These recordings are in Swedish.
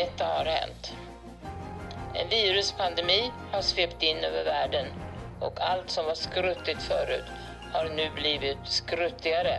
detta har hänt. En viruspandemi har svept in över världen och allt som var skruttigt förut har nu blivit skruttigare.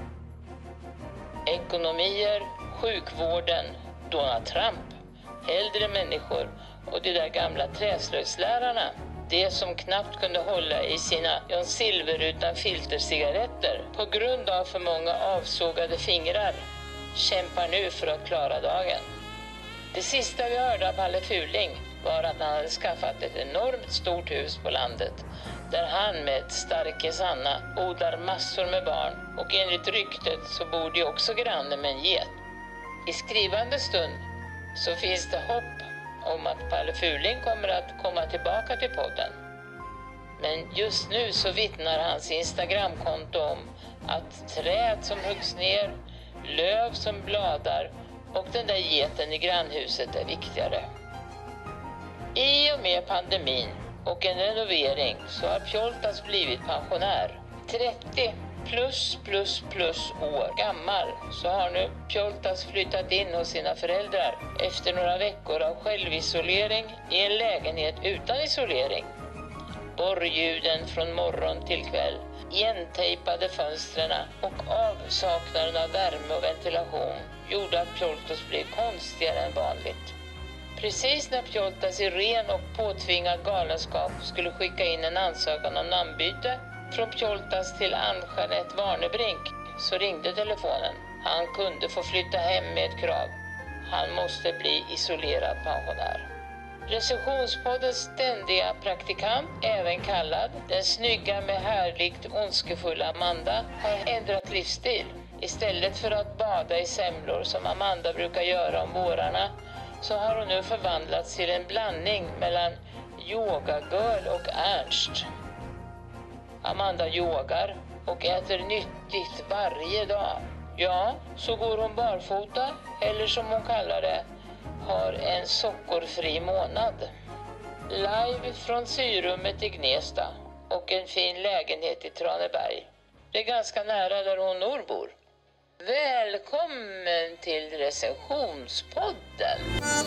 Ekonomier, sjukvården, Donald Trump, äldre människor och de där gamla träslöjdslärarna. Det som knappt kunde hålla i sina John Silver utan filtercigaretter på grund av för många avsågade fingrar kämpar nu för att klara dagen. Det sista vi hörde av Palle Fuling var att han hade skaffat ett enormt stort hus på landet där han med starke Sanna odlar massor med barn och enligt ryktet så bor de också granne med en get. I skrivande stund så finns det hopp om att Palle Fuling kommer att komma tillbaka till podden. Men just nu så vittnar hans Instagramkonto om att träd som huggs ner, löv som bladar och den där geten i grannhuset är viktigare. I och med pandemin och en renovering så har Pjoltas blivit pensionär. 30 plus år gammal så har nu Pjoltas flyttat in hos sina föräldrar efter några veckor av självisolering i en lägenhet utan isolering. Borrljuden från morgon till kväll, igentejpade fönstren och avsaknaden av värme och ventilation gjorde att Pjoltas blev konstigare än vanligt. Precis när Pjoltas i ren och påtvingad galenskap skulle skicka in en ansökan om namnbyte från Pjoltas till Ann-Jeanette Warnebrink så ringde telefonen. Han kunde få flytta hem med ett krav. Han måste bli isolerad pensionär. Recensionspoddens ständiga praktikant, även kallad den snygga med härligt ondskefulla Amanda, har ändrat livsstil. Istället för att bada i semlor som Amanda brukar göra om vårarna så har hon nu förvandlats till en blandning mellan yogagirl och Ernst. Amanda yogar och äter nyttigt varje dag. Ja, så går hon barfota, eller som hon kallar det, har en sockerfri månad. Live från syrummet i Gnesta och en fin lägenhet i Traneberg. Det är ganska nära där hon bor. Välkommen till recensionspodden.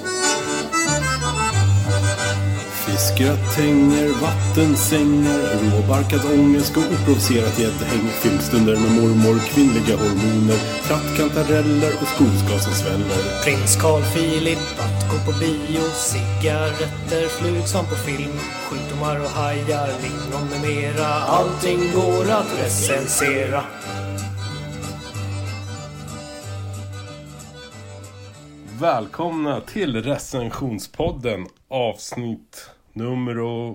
Fiskgratänger, vattensängar, råbarkad ångest och oprovocerat gäddhäng, filmstunder med mormor, kvinnliga hormoner, trattkantareller och skogsgas som sväller. Prins Carl Philip, att gå på bio, cigaretter, flug som på film, sjukdomar och hajar, lingon med mera, allting går att recensera. Välkomna till recensionspodden, avsnitt nummer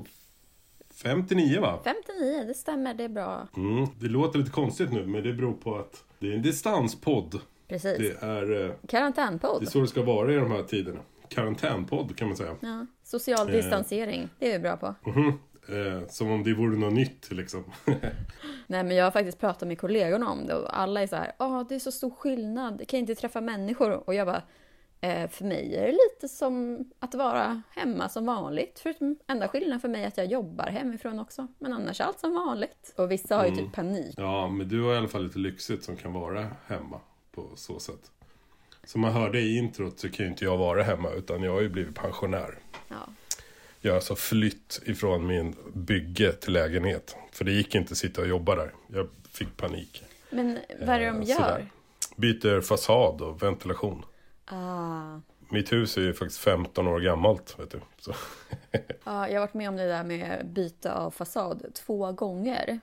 59 va? 59, det stämmer, det är bra. Det låter lite konstigt nu, men det beror på att det är en distanspodd. Precis. Det är karantänpodd. Det är så det ska vara i de här tiderna. Karantänpodd kan man säga. Ja, social distansering, det är vi bra på. Som om det vore något nytt liksom. Nej, men jag har faktiskt pratat med kollegorna om det och alla är så här, det är så stor skillnad, jag kan inte träffa människor. Och jag bara, för mig är det lite som att vara hemma som vanligt. Förutom enda skillnaden för mig är att jag jobbar hemifrån också. Men annars är allt som vanligt. Och vissa har ju typ panik. Ja, men du har i alla fall lite lyxigt som kan vara hemma på så sätt. Som man hörde i introt så kan ju inte jag vara hemma utan jag har ju blivit pensionär. Ja. Jag har alltså flytt ifrån min bygge till lägenhet. För det gick inte att sitta och jobba där. Jag fick panik. Men vad är det de gör? Sådär. Byter fasad och ventilation. Mitt hus är ju faktiskt 15 år gammalt, vet du. Så. Ja, jag har varit med om det där med byta av fasad 2 gånger.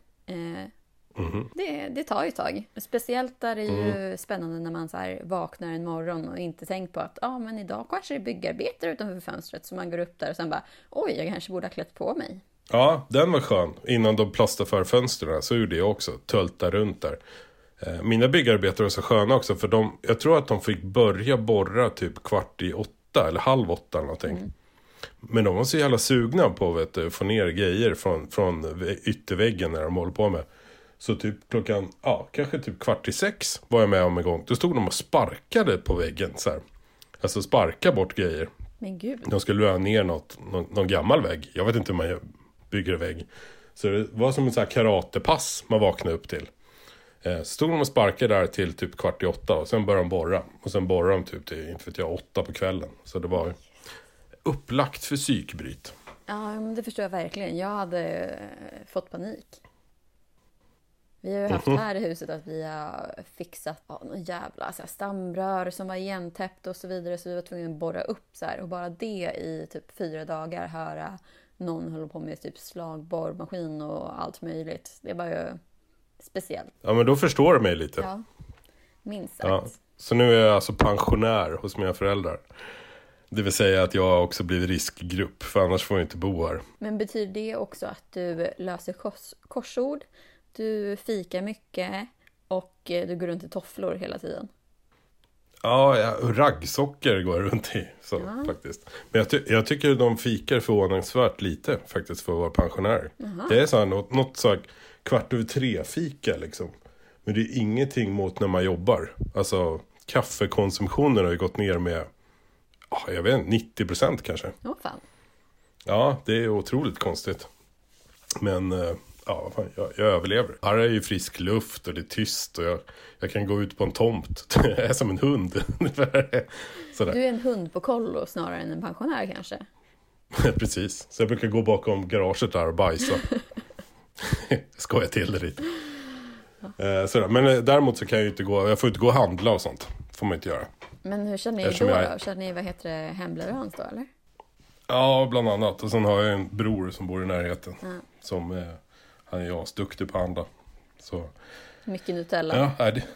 Det tar ju ett tag. Speciellt där det är ju spännande när man så här vaknar en morgon och inte tänkt på att men idag kanske det är byggarbetare utanför fönstret. Så man går upp där och sen bara, oj, jag kanske borde ha klätt på mig. Ja, den var skön. Innan de plastade för fönstren så gjorde jag också. Tölta runt där. Mina byggarbetare var så sköna också för jag tror att de fick börja borra typ 7:15 eller 7:30 eller någonting. Men de var så jävla sugna på att få ner grejer från ytterväggen när de håller på med. Så typ klockan, kanske typ 5:15 var jag med om en gång. Då stod de och sparkade på väggen så här. Alltså sparka bort grejer. Men gud. De skulle lösa ner någon gammal vägg. Jag vet inte hur man bygger en vägg. Så det var som en sån här karatepass man vaknade upp till. Stod de och sparkade där till typ 7:15 och sen började de borra. Och sen borrade de typ till, inte vet jag, 8 på kvällen. Så det var upplagt för psykbryt. Ja, men det förstår jag verkligen. Jag hade fått panik. Vi har ju haft här i huset att vi har fixat någon jävla så här, stamrör som var igentäppt och så vidare. Så vi var tvungna att borra upp så här. Och bara det i typ 4 dagar höra någon håller på med typ slagborrmaskin och allt möjligt. Det var ju speciellt. Ja, men då förstår du mig lite. Ja, minst sagt. Ja. Så nu är jag alltså pensionär hos mina föräldrar. Det vill säga att jag också blir riskgrupp, för annars får jag inte bo här. Men betyder det också att du löser korsord, du fikar mycket och du går runt i tofflor hela tiden? Ja, raggsocker går jag runt i så, faktiskt. Men jag tycker de fikar förvånansvärt lite faktiskt för att vara pensionär. Det är så här, något så här 2:15 fika liksom. Men det är ingenting mot när man jobbar. Alltså kaffekonsumtionen har ju gått ner med, jag vet inte, 90% kanske. Fan. Ja, det är otroligt konstigt. Men jag överlever. Här är ju frisk luft och det är tyst och jag kan gå ut på en tomt. Jag är som en hund. Sådär. Du är en hund på kollo snarare än en pensionär kanske? Precis. Så jag brukar gå bakom garaget där och bajsa. Skojar till det lite. Sådär. Men däremot så kan jag ju inte gå. Jag får inte gå och handla och sånt. Får man inte göra. Men hur känner ni då? Känner ni, hemleverans då eller? Ja, bland annat. Och sen har jag en bror som bor i närheten. Som han är asduktig på att handla. Så. Mycket Nutella.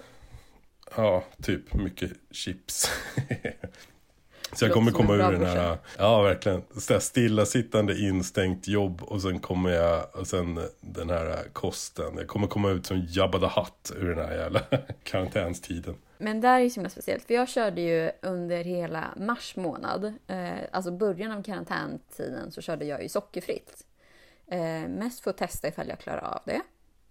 Ja, typ mycket chips. Så jag kommer komma ur den här, verkligen, stillasittande instängt jobb och sen kommer jag, och sen den här kosten. Jag kommer komma ut som Jabba the Hutt ur den här jävla karantänstiden. Men där är ju så himla speciellt, för jag körde ju under hela mars månad, alltså början av karantäntiden så körde jag ju sockerfritt. Mest för att testa ifall jag klarar av det.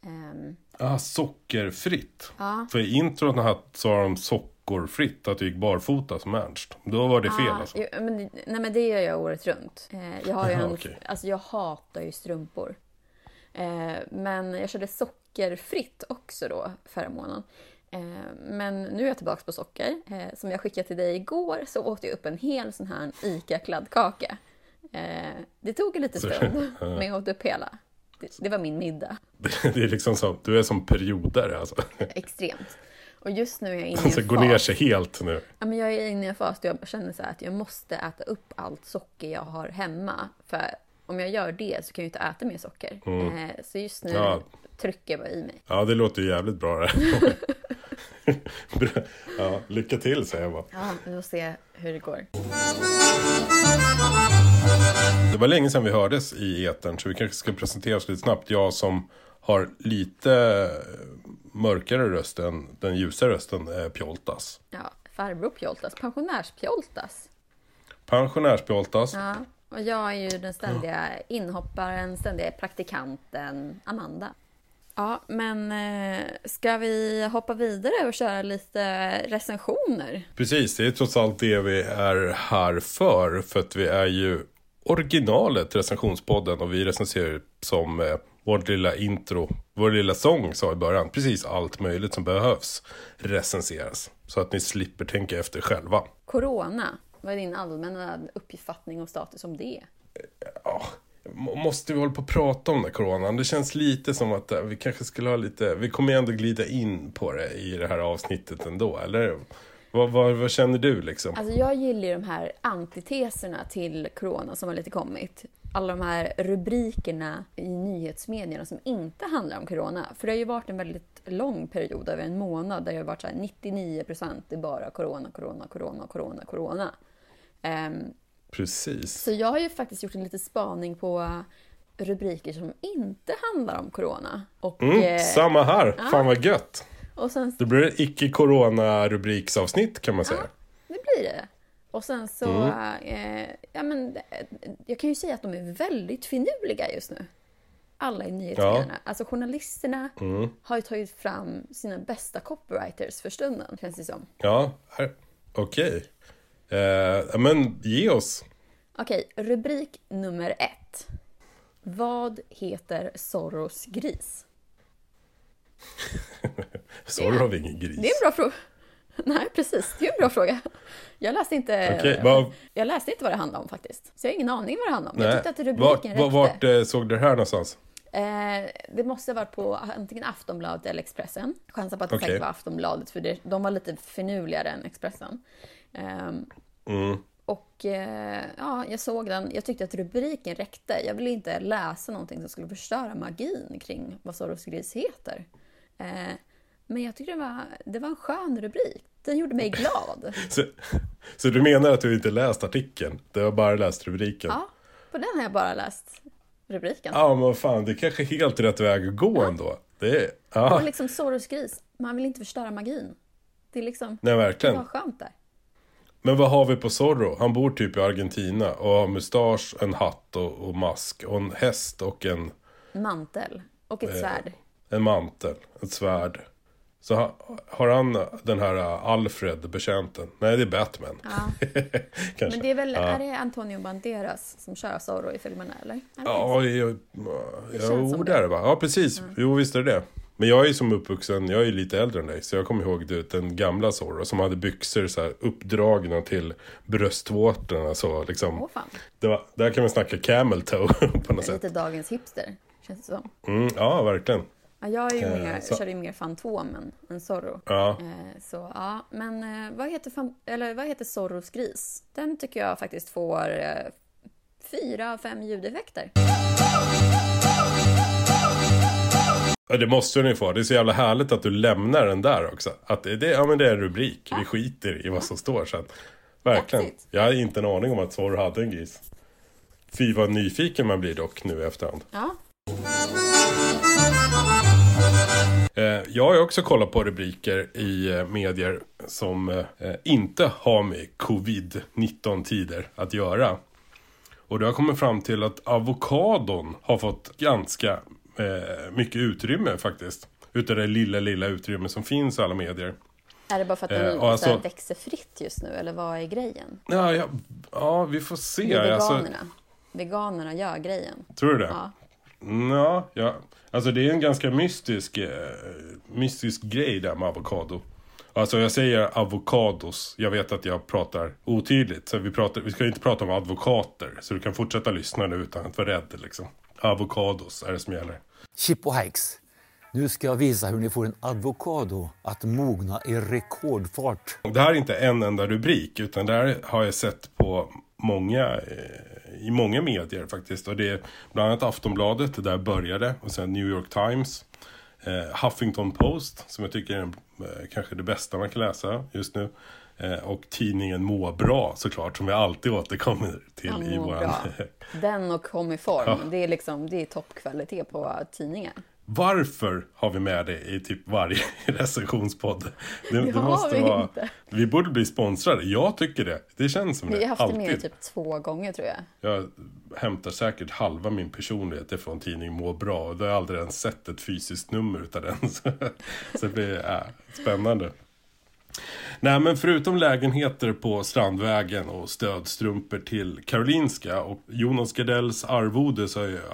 Sockerfritt. Ja. För i introt här sa de sockerfritt, att du gick barfota som Ernst. Då var det fel alltså. Men det gör jag året runt. Jag har ju okay. Alltså jag hatar ju strumpor. Men jag körde sockerfritt också då förra månaden. Men nu är jag tillbaka på socker. Som jag skickade till dig igår så åt jag upp en hel sån här ICA-kladdkaka. Det tog en liten stund, men jag åt upp hela. Det var min middag. Det är liksom så, du är som periodare alltså. Extremt. Och just nu är jag inne i en fas. Går ner sig helt nu. Ja, men jag är inne i en fas där jag känner så här att jag måste äta upp allt socker jag har hemma. För om jag gör det så kan jag inte äta mer socker. Så just nu trycker jag bara i mig. Ja, det låter jävligt bra det. Ja, lycka till säger jag bara. Ja, vi får se hur det går. Det var länge sedan vi hördes i etern, så vi kanske ska presentera oss lite snabbt. Jag som har lite mörkare röst än den ljusa rösten är Pjoltas. Ja, farbror Pjoltas. Pensionärspjoltas. Pensionärspjoltas. Ja, och jag är ju den ständiga inhopparen, ständiga praktikanten Amanda. Ja, men ska vi hoppa vidare och köra lite recensioner? Precis, det är trots allt det vi är här för att vi är ju originalet recensionspodden och vi recenserar som vårt lilla intro, vår lilla sång sa i början, precis allt möjligt som behövs recenseras så att ni slipper tänka efter själva. Corona, vad är din allmänna uppfattning och status om det? Ja, måste vi hålla på att prata om det coronan? Det känns lite som att vi kanske skulle ha lite, vi kommer ändå glida in på det i det här avsnittet ändå, eller? Vad känner du liksom? Alltså jag gillar ju de här antiteserna till corona som har lite kommit. Alla de här rubrikerna i nyhetsmedierna som inte handlar om corona. För det har ju varit en väldigt lång period över en månad där det har varit så här 99% är bara corona. Precis. Så jag har ju faktiskt gjort en liten spaning på rubriker som inte handlar om corona. Och, samma här, fan vad gött. Och sen, det blir ett icke-corona-rubriksavsnitt kan man säga. Ja, det blir det. Och sen så, jag kan ju säga att de är väldigt finurliga just nu. Alla i nyhetsmedierna. Alltså journalisterna har ju tagit fram sina bästa copywriters för stunden, känns det som. Ja, okej. Men ge oss. Okej, rubrik nummer 1. Vad heter Zorros gris? Zorro har vi ingen gris. Det är en bra fråga. Nej, precis. Det är en bra fråga. Jag läste inte jag läste inte vad det handlade om faktiskt. Så jag har ingen aning vad det handlade om. Nej. Jag tyckte att rubriken räckte. Vart såg du det här någonstans? Det måste ha varit på antingen Aftonbladet eller Expressen. Chansa på att det Okej. säkert var Aftonbladet, för de var lite finurligare än Expressen. Och ja, jag såg den. Jag tyckte att rubriken räckte. Jag ville inte läsa någonting som skulle förstöra magin kring vad Zorros gris heter. Men jag tyckte det var en skön rubrik. Den gjorde mig glad. Så du menar att du inte läst artikeln? Du har bara läst rubriken? Ja, på den har jag bara läst rubriken. Ja, men vad fan, det är kanske helt rätt väg att gå ändå. Det är, Och liksom Zorros gris. Man vill inte förstöra magin. Det är liksom... Nej, verkligen. Det var skönt där. Men vad har vi på Zorro? Han bor typ i Argentina och har mustasch, en hatt och mask och en häst och en Mantel. Och ett svärd. en mantel, ett svärd. Så har han den här Alfred, betjänten? Nej, det är Batman. Ja. Kanske. Men det är väl, är det Antonio Banderas som kör Zorro i filmerna, eller? Ja, känns som det är det, va? Ja, precis. Jo, visst är det. Men jag är ju som uppvuxen, jag är ju lite äldre än dig. Så jag kommer ihåg den gamla Zorro som hade byxor så här uppdragna till bröstvårtorna. Så liksom, fan. Där kan man snacka camel toe på något sätt. Lite dagens hipster, känns det som. Ja, verkligen. Ja, jag är ju kör ju mer Fantomen än Zorro. Ja. Så ja, men vad heter Zorros gris? Den tycker jag faktiskt får 4-5 ljudeffekter. Ja, det måste den ju få. Det är så jävla härligt att du lämnar den där också. Att det är en rubrik. Vi skiter i vad som står sen. Verkligen. That's it. Jag har inte en aning om att Zorro hade en gris. Fy vad nyfiken man blir dock nu i efterhand. Ja. Jag har också kollat på rubriker i medier som inte har med covid-19 tider att göra. Och det har kommit fram till att avokadon har fått ganska mycket utrymme faktiskt. Utav det lilla utrymme som finns i alla medier. Är det bara för att den växer fritt just nu? Eller vad är grejen? Ja, vi får se. Det är veganerna. Veganerna gör grejen. Tror du det? Ja. Alltså det är en ganska mystisk grej där med avokado. Alltså jag säger avokados. Jag vet att jag pratar otydligt. Så vi ska inte prata om advokater. Så du kan fortsätta lyssna nu utan att vara rädd liksom. Avokados är det som gäller. Chip och Hikes. Nu ska jag visa hur ni får en avokado att mogna i rekordfart. Det här är inte en enda rubrik, utan det här har jag sett på i många medier faktiskt. Och det är bland annat Aftonbladet, där började. Och sen New York Times. Huffington Post, som jag tycker är kanske det bästa man kan läsa just nu. Och tidningen Må bra såklart, som jag alltid återkommer till i våran... Den och Kom i form, det är toppkvalitet på tidningen. Varför har vi med det i typ varje recensionspodd? Det måste vi vara... inte. Vi borde bli sponsrade. Jag tycker det. Det känns som det. Vi har haft alltid. det med typ 2 gånger tror jag. Jag hämtar säkert halva min personlighet från tidning Må bra. Och då har jag aldrig ens sett ett fysiskt nummer utav den. Så det blir spännande. Nej, men förutom lägenheter på Strandvägen och stödstrumpor till Karolinska och Jonas Gardells arvode, så är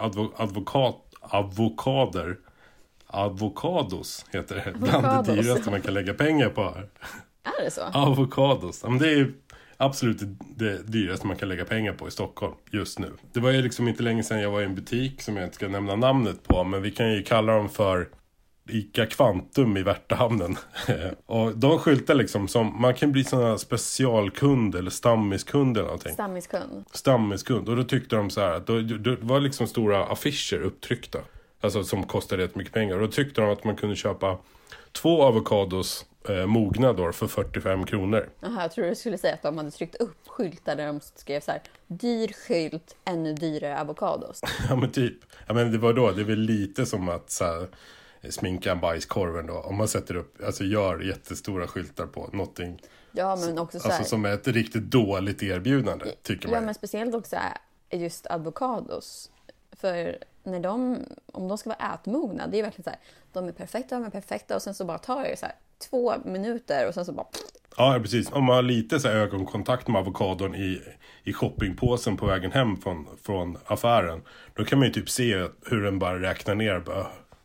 avokados heter det. Bland det dyraste man kan lägga pengar på. Är det så? Avokados. Men det är absolut det dyraste man kan lägga pengar på i Stockholm just nu. Det var ju liksom inte länge sedan jag var i en butik som jag inte ska nämna namnet på. Men vi kan ju kalla dem för Ica Kvantum i Värtahamnen. Och de skyltar liksom som, man kan bli sådana specialkund eller stammiskund eller någonting. Stammiskund. Och då tyckte de så här att det var liksom stora affischer upptryckta. Alltså som kostade rätt mycket pengar. Och då tyckte de att man kunde köpa 2 avokados mogna då för 45 kronor. Aha, jag tror du skulle säga att de hade tryckt upp skyltar där de skrev så här: dyr skylt, ännu dyrare avokados. Ja men typ. Ja men det var då, det är väl lite som att så här, sminka en bajskorven då. Om man sätter upp, alltså gör jättestora skyltar på någonting. Ja men också så här, alltså som är ett riktigt dåligt erbjudande tycker man. Ja men speciellt också just avokados. För om de ska vara ätmogna, det är verkligen så här, de är perfekta och sen så bara tar det så här 2 minuter och sen så bara... Ja, precis. Om man har lite så här ögonkontakt med avokadon i shoppingpåsen på vägen hem från affären, då kan man ju typ se hur den bara räknar ner. Bara,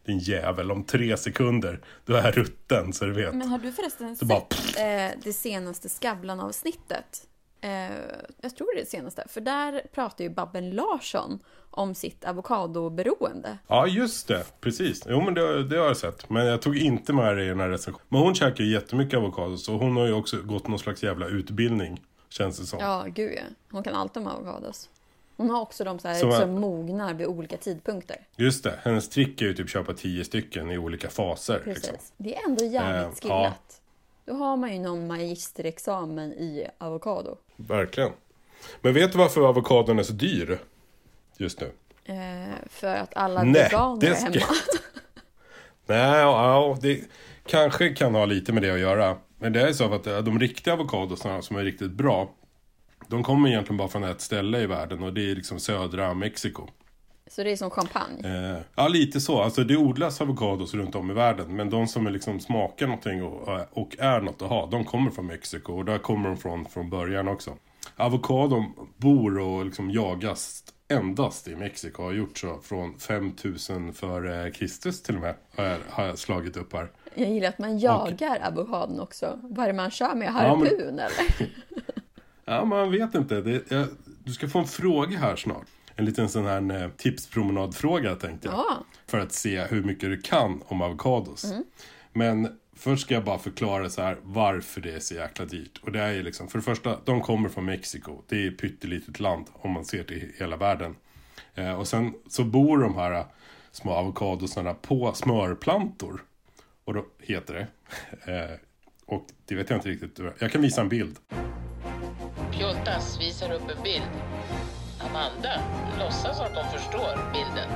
din jävel, om 3 sekunder, du är rutten, så du vet. Men har du förresten Så bara, sett det senaste Skavlan-avsnittet? Jag tror det är det senaste. För där pratar ju Babben Larsson om sitt avokadoberoende. Ja, just det. Precis. Jo, men det har jag sett. Men jag tog inte med det i den här recensionen. Men hon käkar ju jättemycket avokados. Och hon har ju också gått någon slags jävla utbildning, känns det som. Ja, gud ja. Hon kan allt om avokados. Hon har också de så här som mognar vid olika tidpunkter. Just det. Hennes trick är ju typ köpa 10 stycken i olika faser. Precis. Liksom. Det är ändå jävligt skillat. Ja. Då har man ju någon magisterexamen i avokado. Verkligen. Men vet du varför avokadon är så dyr just nu? För att alla veganer är hemma. Nej, ja, det kanske kan ha lite med det att göra. Men det är så att de riktiga avokadosarna som är riktigt bra, de kommer egentligen bara från ett ställe i världen, och det är liksom södra Mexiko. Så det är som champagne? Ja, lite så. Alltså det odlas avokados runt om i världen, men de som är liksom smakar någonting och är något att ha, de kommer från Mexiko, och där kommer de från början också. Avokadon bor och liksom jagas endast i Mexiko, har gjort så från 5000 för Kristus till och med, har jag slagit upp här. Jag gillar att man jagar avokadon också. Vad är det man kör med? Harpun eller? Ja, man vet inte. Du ska få en fråga här snart. En liten sån här tipspromenadfråga, tänkte jag. Ja. För att se hur mycket du kan om avokados. Men först ska jag bara förklara så här varför det är så jäkla dyrt. Och det är ju liksom, för det första, de kommer från Mexiko. Det är ett pyttelitet land om man ser till hela världen. Och sen så bor de här små avokadosarna på smörplantor. Och då heter det. Och det vet jag inte riktigt. Jag kan visa en bild. Pjoltas visar upp en bild. Amanda låtsas att de förstår bilden.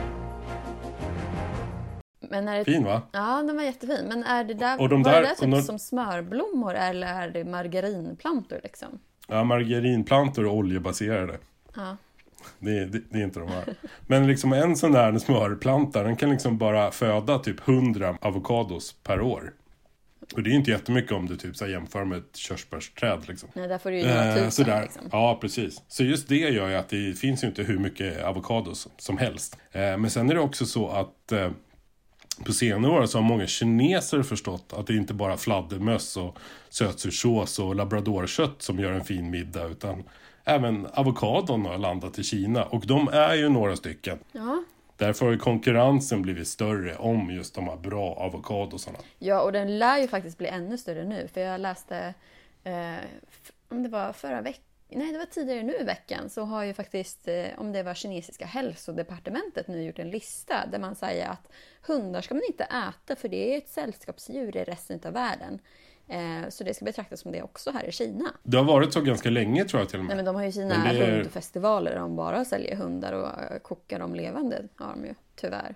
Men är det... Fin, va? Ja, den var jättefin. Men är det där, och de var där, det där typ som smörblommor eller är det margarinplantor liksom? Ja, margarinplantor och oljebaserade. Ja. Det är inte de här. Men liksom en sån där smörplanta, den kan liksom bara föda typ 100 avokados per år. Och det är inte jättemycket om du typ så jämför med ett körsbärsträd liksom. Nej, där får du ju några tusen liksom. Ja, precis. Så just det gör ju att det finns ju inte hur mycket avokados som helst. Men sen är det också så att på senare år så har många kineser förstått att det inte bara fladdermöss och sötsursås och labradorkött som gör en fin middag, utan även avokadon har landat i Kina. Och de är ju några stycken. Ja. Därför har ju konkurrensen blivit större om just de här bra avokadosarna. Ja, och den lär ju faktiskt bli ännu större nu. För jag läste, om det var förra veckan, nej det var tidigare nu i veckan, så har ju faktiskt, om det var kinesiska hälsodepartementet nu gjort en lista där man säger att hundar ska man inte äta för det är ett sällskapsdjur i resten av världen. Så det ska betraktas som det också här i Kina. Det har varit så ganska länge, tror jag till och med. Nej, men de har ju sina hundfestivaler där de bara säljer hundar och kokar dem levande, har de ju, tyvärr.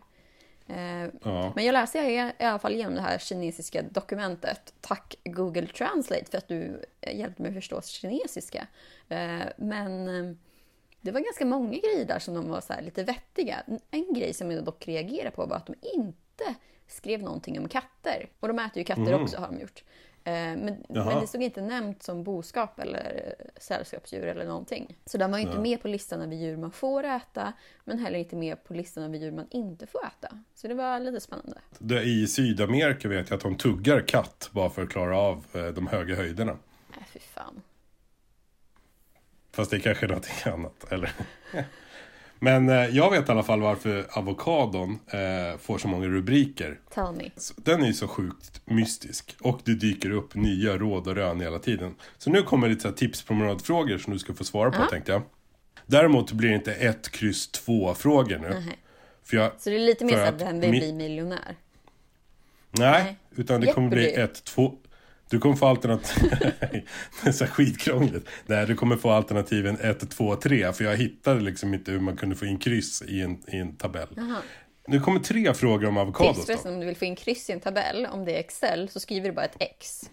Ja. Men jag läser i alla fall genom det här kinesiska dokumentet. Tack Google Translate för att du hjälpte mig att förstå kinesiska. Men det var ganska många grejer där som de var så här lite vettiga. En grej som jag dock reagerade på var att de inte skrev någonting om katter. Och de äter ju katter också, har de gjort. Men det stod inte nämnt som boskap eller sällskapsdjur eller någonting. Så de var ju inte med på listan över djur man får äta, men heller inte med på listan över djur man inte får äta. Så det var lite spännande. I Sydamerika vet jag att de tuggar katt bara för att klara av de höga höjderna. Nej, fy fan. Fast det är kanske någonting annat, eller? Men jag vet i alla fall varför avokadon får så många rubriker. Tell me. Den är ju så sjukt mystisk. Och det dyker upp nya råd och rön hela tiden. Så nu kommer lite så här tipspromenadfrågor som du ska få svara på, tänkte jag. Däremot blir det inte 1-2 frågor nu. Så det är lite mer så att vem vill bli miljonär? Nej, utan det kommer bli 1-2... Du kommer få alternativ... det är så skitkrångligt. Nej, du kommer få alternativen 1, 2, 3. För jag hittade liksom inte hur man kunde få in kryss i en tabell. Aha. Nu kommer 3 frågor om avokados. Tips förresten, om du vill få in kryss i en tabell, om det är Excel, så skriver du bara ett X.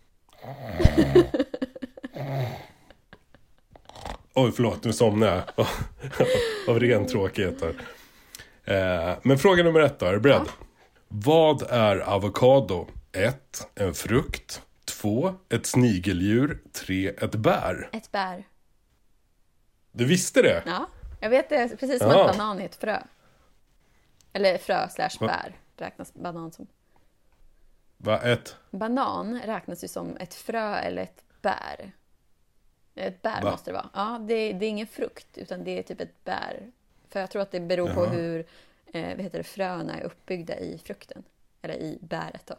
Oj, förlåt, nu somnar jag. Av ren tråkighet här. Men fråga nummer 1 då, är du beredd? Ja. Vad är avokado? 1. En frukt. 2. Ett snigeldjur. 3. Ett bär. Ett bär. Du visste det? Ja, jag vet det. Precis som att banan är ett frö. Eller frö / bär. räknas banan som? Banan räknas ju som ett frö eller ett bär. Ett bär måste det vara. Ja, det är ingen frukt, utan det är typ ett bär. För jag tror att det beror på hur fröna är uppbyggda i frukten. Eller i bäret då.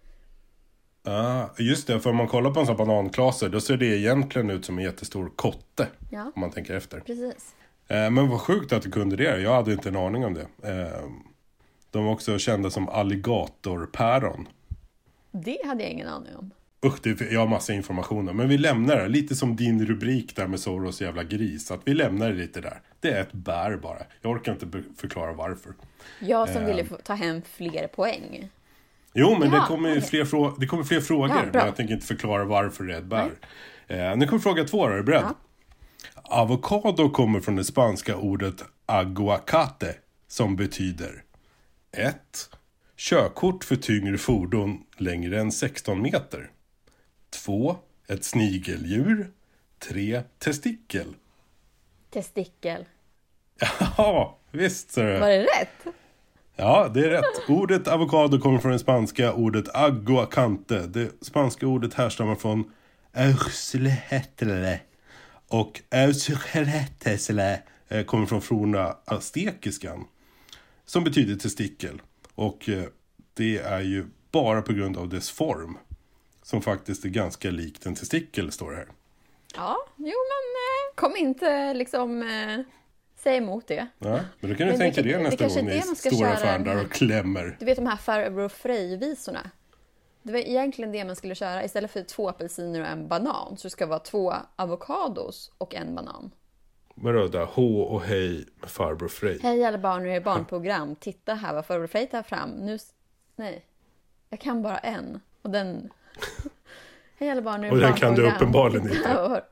Just det, för om man kollar på en sån bananklaser, då ser det egentligen ut som en jättestor kotte. Ja. Om man tänker efter. Precis. Men vad sjukt att du kunde det. Jag hade inte en aning om det. De var också kända som alligatorpäron. Det hade jag ingen aning om. Jag har massa information. Men vi lämnar det. Lite som din rubrik där med Soros jävla gris. Att vi lämnar det lite där. Det är ett bär bara. Jag orkar inte förklara varför. Jag som ville ta hem fler poäng. Jo, men det kommer ju fler frågor. Ja, men jag tänker inte förklara varför det är ett bär. Nu kommer fråga 2. Är du beredd? Ja. Avokado kommer från det spanska ordet aguacate. Som betyder 1. Körkort för tyngre fordon längre än 16 meter. 2. Ett snigeldjur. 3. Testikel. Testikel. Ja, visst. Så. Var det rätt? Ja, det är rätt. Ordet avokado kommer från det spanska ordet aguacate. Det spanska ordet härstammar från Euxlehetle. Och Euxlehetle kommer från forna aztekiskan. Som betyder testikel. Och det är ju bara på grund av dess form. Som faktiskt är ganska likt en testikel, står det här. Ja, men kom inte säg emot det. Ja, men då kan du tänka det nästa gång ni stora affären där och klämmer. Du vet de här Farbror Frey-visorna. Det var egentligen det man skulle köra. Istället för 2 apelsiner och en banan så ska det vara 2 avokados och en banan. Vadå där? H och hej med Farbror Frey. Hej alla barn, nu är det barnprogram. Titta här vad Farbror Frey tar fram. Nej, jag kan bara en. Och den... Hej alla barn, nu är det barnprogram. Och den kan du uppenbarligen inte.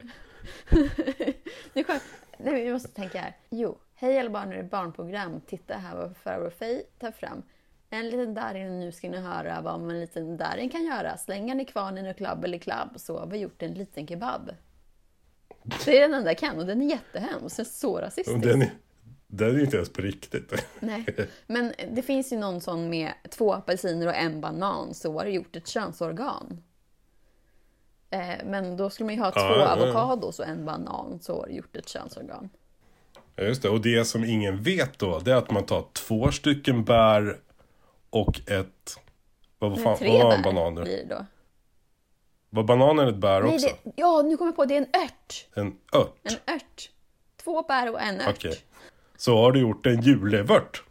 Nej, vi måste tänka här. Jo, hej alla barn, nu är det barnprogram. Titta här vad Farbror Frey tar fram. En liten darin, nu ska ni höra vad en liten darin kan göra. Slänga ni kvarnen och klabb eller klabb, så har vi gjort en liten kebab. Det är den enda jag kan och den är jättehemsk. Den är så rasistisk. Den är inte ens på riktigt. Nej, men det finns ju någon sån med 2 apelsiner och en banan, så har det gjort ett könsorgan. Men då skulle man ju ha 2 avokados och en banan, så har det gjort ett könsorgan. Ja, just det. Och det som ingen vet då, det är att man tar 2 stycken bär och ett... Vad var en banan nu? Blir det då? Var bananen ett bär också? Nu kommer jag på, det är en ört. En ört? En ört. 2 bär och en ört. Okej. Så har du gjort en julevört.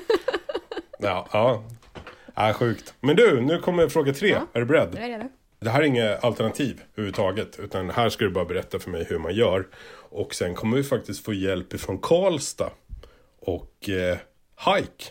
Ja, sjukt. Men du, nu kommer fråga 3. Ja. Är du beredd? Jag är redo. Det här är inget alternativ överhuvudtaget. Utan här ska du bara berätta för mig hur man gör. Och sen kommer vi faktiskt få hjälp från Karlstad. Och hike.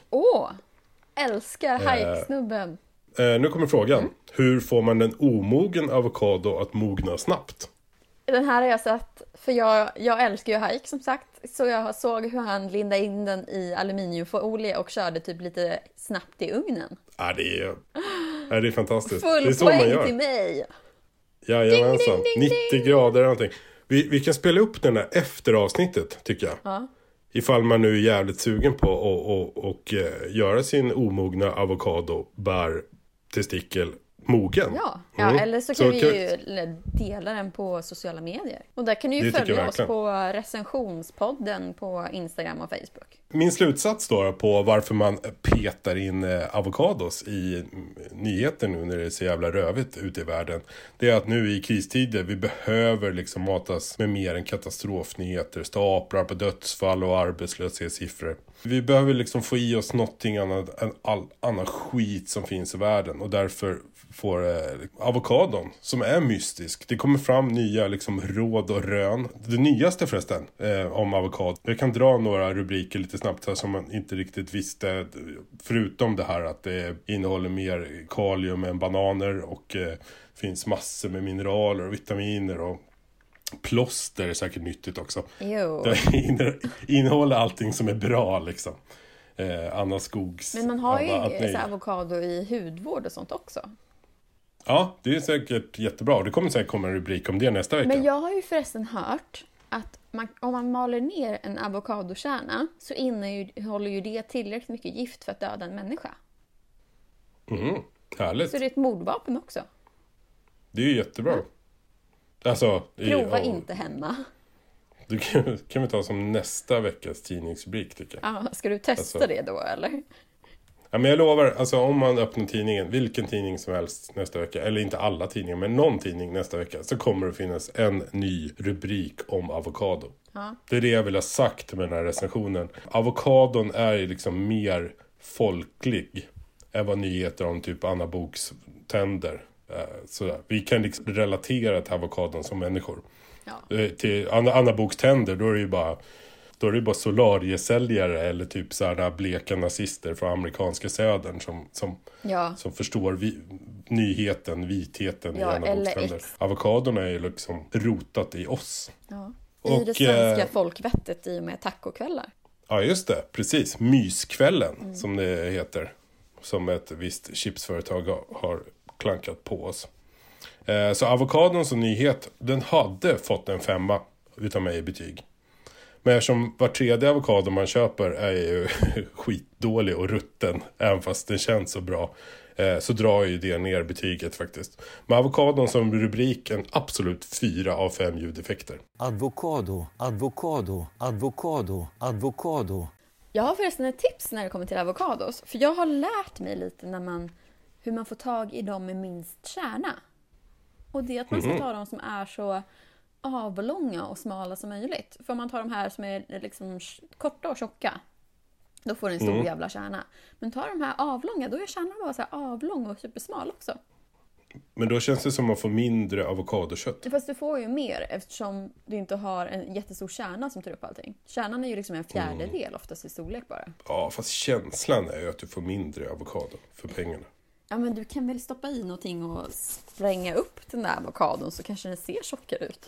Älskar hike-snubben. Nu kommer frågan. Hur får man en omogen avokado att mogna snabbt? Den här har jag sett, för jag älskar ju hike som sagt. Så jag såg hur han lindade in den i aluminiumfolie och körde typ lite snabbt i ugnen. Ja, det är fantastiskt. Full det är så man gör. till mig. Jajamensan, Ding, ding, ding, 90 grader eller någonting. Vi kan spela upp den här efter avsnittet, tycker jag. Ja. Ifall man nu är jävligt sugen på och göra sin omogna avokado, bär, testikel mogen. Ja, eller så kan vi ju dela den på sociala medier. Och där kan du ju följa oss på recensionspodden på Instagram och Facebook. Min slutsats då på varför man petar in avokados i nyheter nu när det är så jävla rövigt ute i världen. Det är att nu i kristider vi behöver liksom matas med mer än katastrofnyheter, staplar på dödsfall och arbetslöshetssiffror. Vi behöver liksom få i oss någonting annat än all annan skit som finns i världen. Och därför får avokadon, som är mystisk. Det kommer fram nya liksom råd och rön. Det nyaste förresten om avokado. Jag kan dra några rubriker lite snabbt här som man inte riktigt visste. Förutom det här att det innehåller mer kalium än bananer. Och finns massor med mineraler och vitaminer och plåster är säkert nyttigt också. Det innehåller allting som är bra liksom. Anna Skogs. Men man har ju avokado i hudvård och sånt också. Ja, det är säkert jättebra. Det kommer säkert komma en rubrik om det nästa vecka. Men jag har ju förresten hört att om man maler ner en avokadokärna så innehåller ju det tillräckligt mycket gift för att döda en människa. Härligt. Så det är ett mordvapen också. Det är ju jättebra. Alltså, Prova inte hemma. Det kan vi ta som nästa veckas tidningsrubrik, tycker jag. Ja, ska du testa det då, eller? Ja, men jag lovar, alltså om man öppnar tidningen, vilken tidning som helst nästa vecka, eller inte alla tidningar, men någon tidning nästa vecka, så kommer det finnas en ny rubrik om avokado. Ja. Det är det jag vill ha sagt med den här recensionen. Avokadon är ju liksom mer folklig än vad nyheter om typ Anna Boks tänder. Sådär. Vi kan liksom relatera till avokadon som människor. Ja. Till Anna Boks tänder, då är det ju bara solariesäljare eller typ sådana bleka nazister från amerikanska södern som förstår nyheten, vitheten i Anna Boks tänder. Avokadorna är ju liksom rotat i oss. Ja. I det svenska folkvettet i och med tacokvällar. Ja, just det. Precis. Myskvällen som det heter. Som ett visst chipsföretag har klankat på oss. Så avokadon som nyhet, den hade fått en 5 utav mig i betyg. Men eftersom var tredje avokado man köper är ju skitdålig och rutten, även fast den känns så bra, så drar ju det ner betyget faktiskt. Med avokadon som rubriken absolut 4 av 5 ljudeffekter. Avokado, avokado, avokado, avokado. Jag har förresten ett tips när det kommer till avokados. För jag har lärt mig lite hur man får tag i dem med minst kärna. Och det är att man ska ta dem som är så avlånga och smala som möjligt. För om man tar de här som är liksom korta och tjocka, då får du en stor jävla kärna. Men tar de här avlånga, då är kärnan bara så här avlång och supersmal också. Men då känns det som att man får mindre avokadokött. Fast du får ju mer eftersom du inte har en jättestor kärna som tar upp allting. Kärnan är ju liksom en fjärdedel oftast i storlek bara. Ja, fast känslan är ju att du får mindre avokado för pengarna. Ja, men du kan väl stoppa i någonting och spränga upp den där avokadon så kanske den ser tjockare ut.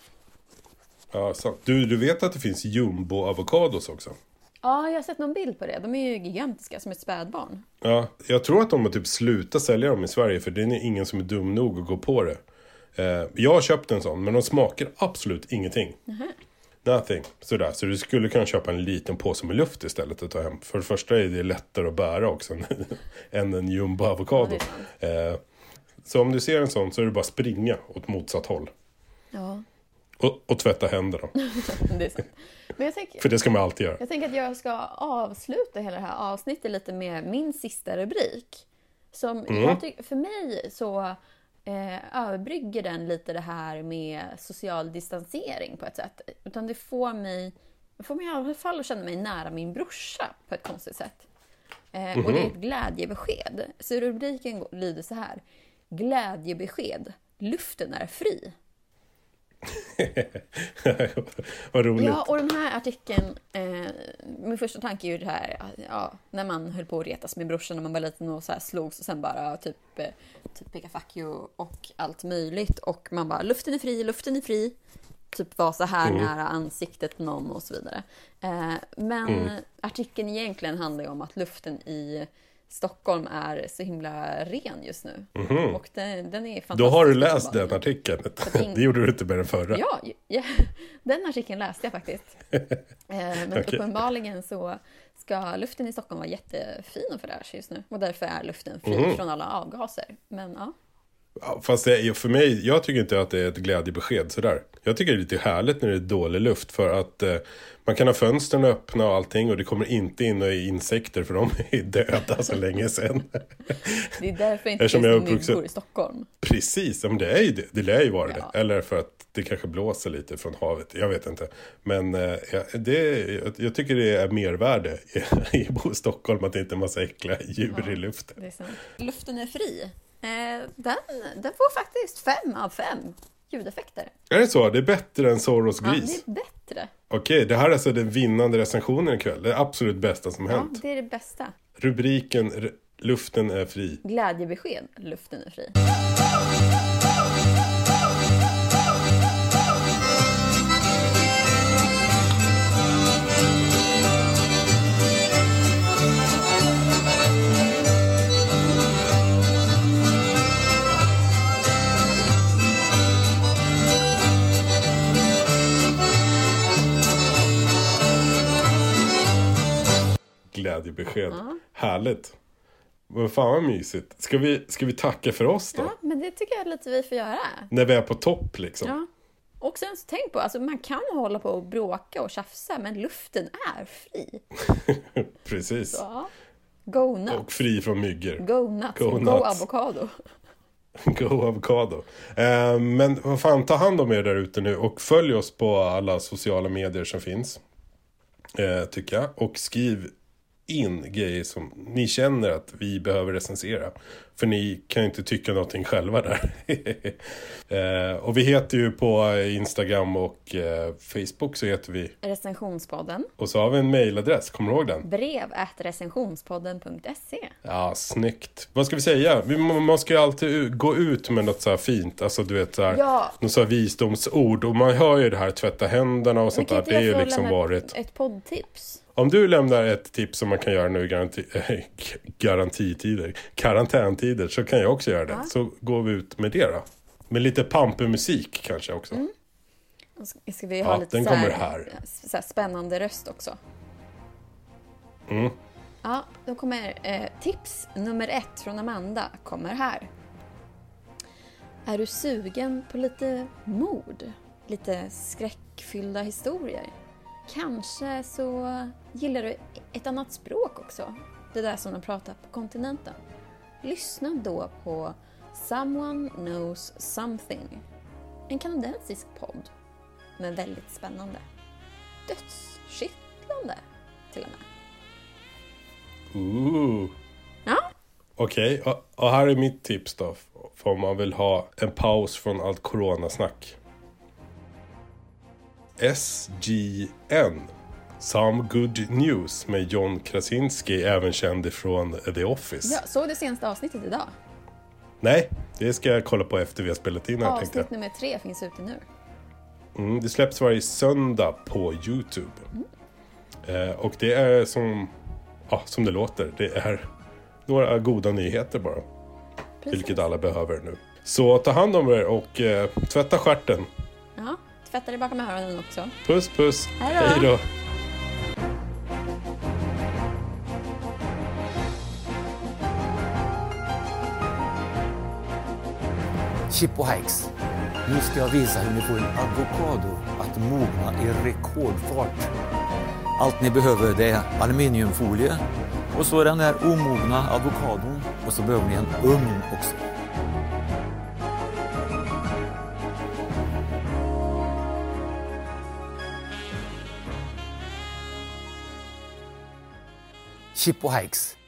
Ja, sant. Du vet att det finns jumbo-avokados också? Ja, jag har sett någon bild på det. De är ju gigantiska som ett spädbarn. Ja, jag tror att de har typ slutat sälja dem i Sverige för det är ingen som är dum nog att gå på det. Jag har köpt en sån, men de smakar absolut ingenting. Nothing. Sådär. Så du skulle kunna köpa en liten påse med luft istället att ta hem. För det första är det lättare att bära också än en jumbo-avokado. Ja, så om du ser en sån så är det bara springa åt motsatt håll. Ja. Och tvätta händerna. Det är sant. Men för det ska man alltid göra. Jag tänker att jag ska avsluta hela det här avsnittet lite med min sista rubrik. Som för mig så överbrygger den lite det här med social distansering på ett sätt. Utan det får mig i alla fall att känna mig nära min brorsa på ett konstigt sätt. Och det är ett glädjebesked. Så rubriken lyder så här: glädjebesked, luften är fri. Vad roligt. Ja, och den här artikeln, min första tanke är ju det här, ja, när man höll på att retas med brorsan när man var liten och så här slogs och sen bara typ peka fuck you och allt möjligt och man bara luften är fri, typ var så här nära ansiktet på någon och så vidare. Men artikeln egentligen handlar ju om att luften i Stockholm är så himla ren just nu. Och den är fantastisk. Då har du läst den artikeln. Det gjorde du inte med den förra. Ja, den artikeln läste jag faktiskt. Men uppenbarligen så ska luften i Stockholm vara jättefin och fräsch just nu. Och därför är luften fri från alla avgaser. Men ja. Ja, fast för mig, jag tycker inte att det är ett glädjebesked sådär. Jag tycker det är lite härligt när det är dålig luft för att man kan ha fönstren öppna och allting och det kommer inte in några insekter för de är döda så länge sedan. Det är därför inte finns myggor i Stockholm. Precis, men det är ju det. Det lär ju vara det. Eller för att det kanske blåser lite från havet. Jag vet inte. Men jag tycker det är mervärde i Stockholm att det inte är en massa äckliga djur i luften. Det är sant. Luften är fri. Den får faktiskt 5 av 5 ljudeffekter. Är det så? Det är bättre än Soros gris? Ja, det är bättre. Okej, det här är alltså den vinnande recensionen ikväll. Det är absolut bästa som hänt. Ja, det är det bästa. Rubriken, luften är fri. Glädjebesked, luften är fri. Glädjebesked. Härligt. Vad fan vad mysigt. Ska vi tacka för oss då? Ja, men det tycker jag lite vi får göra. När vi är på topp liksom. Ja. Och sen så tänk på, alltså man kan hålla på och bråka och tjafsa, men luften är fri. Precis. Så, go nuts. Och fri från myggor. Go nuts. Go Go nuts. avokado. Go avokado. Men vad fan, ta hand om er där ute nu. Och följ oss på alla sociala medier som finns. Tycker jag. Och skriv in grejer som ni känner att vi behöver recensera. För ni kan ju inte tycka någonting själva där. Och vi heter ju på Instagram och Facebook så heter vi Recensionspodden. Och så har vi en mailadress, kommer du ihåg den? brev@recensionspodden.se. Ja, snyggt. Vad ska vi säga? Man ska ju alltid gå ut med något så här fint. Alltså du vet så här, något så här visdomsord. Och man hör ju det här, tvätta händerna och sånt där. Det är ju liksom varit ett poddtips. Om du lämnar ett tips som man kan göra nu i karantäntider så kan jag också göra det. Så går vi ut med det då. Med lite pampemusik kanske också. Mm. Ska vi ha lite den kommer här. Så här spännande röst också. Mm. Ja, då kommer tips nummer 1 från Amanda kommer här. Är du sugen på lite mord? Lite skräckfyllda historier? Kanske så gillar du ett annat språk också. Det där som de pratar på kontinenten. Lyssna då på Someone Knows Something. En kanadensisk podd. Men väldigt spännande. Dödskittlande till och med. Ja. Okej, och här är mitt tips då. För om man vill ha en paus från allt coronasnack. SGN Some Good News med John Krasinski, även känd från The Office. Ja, såg du senaste avsnittet idag? Nej, det ska jag kolla på efter vi har spelat in här. Avsnitt nummer 3 finns ute nu. Det släpps varje söndag på YouTube. Och det är som det låter. Det är några goda nyheter bara. Precis. Vilket alla behöver nu. Så ta hand om er och tvätta stjärten. Ja, tvätta dig bakom öronen också. Puss puss. Hej då. Hej då. Chip och Hikes. Nu ska jag visa hur ni får en avokado att mogna i rekordfart. Allt ni behöver det är aluminiumfolie och så den där omogna avokadon och så behöver ni en ugn också. Chip och Hikes.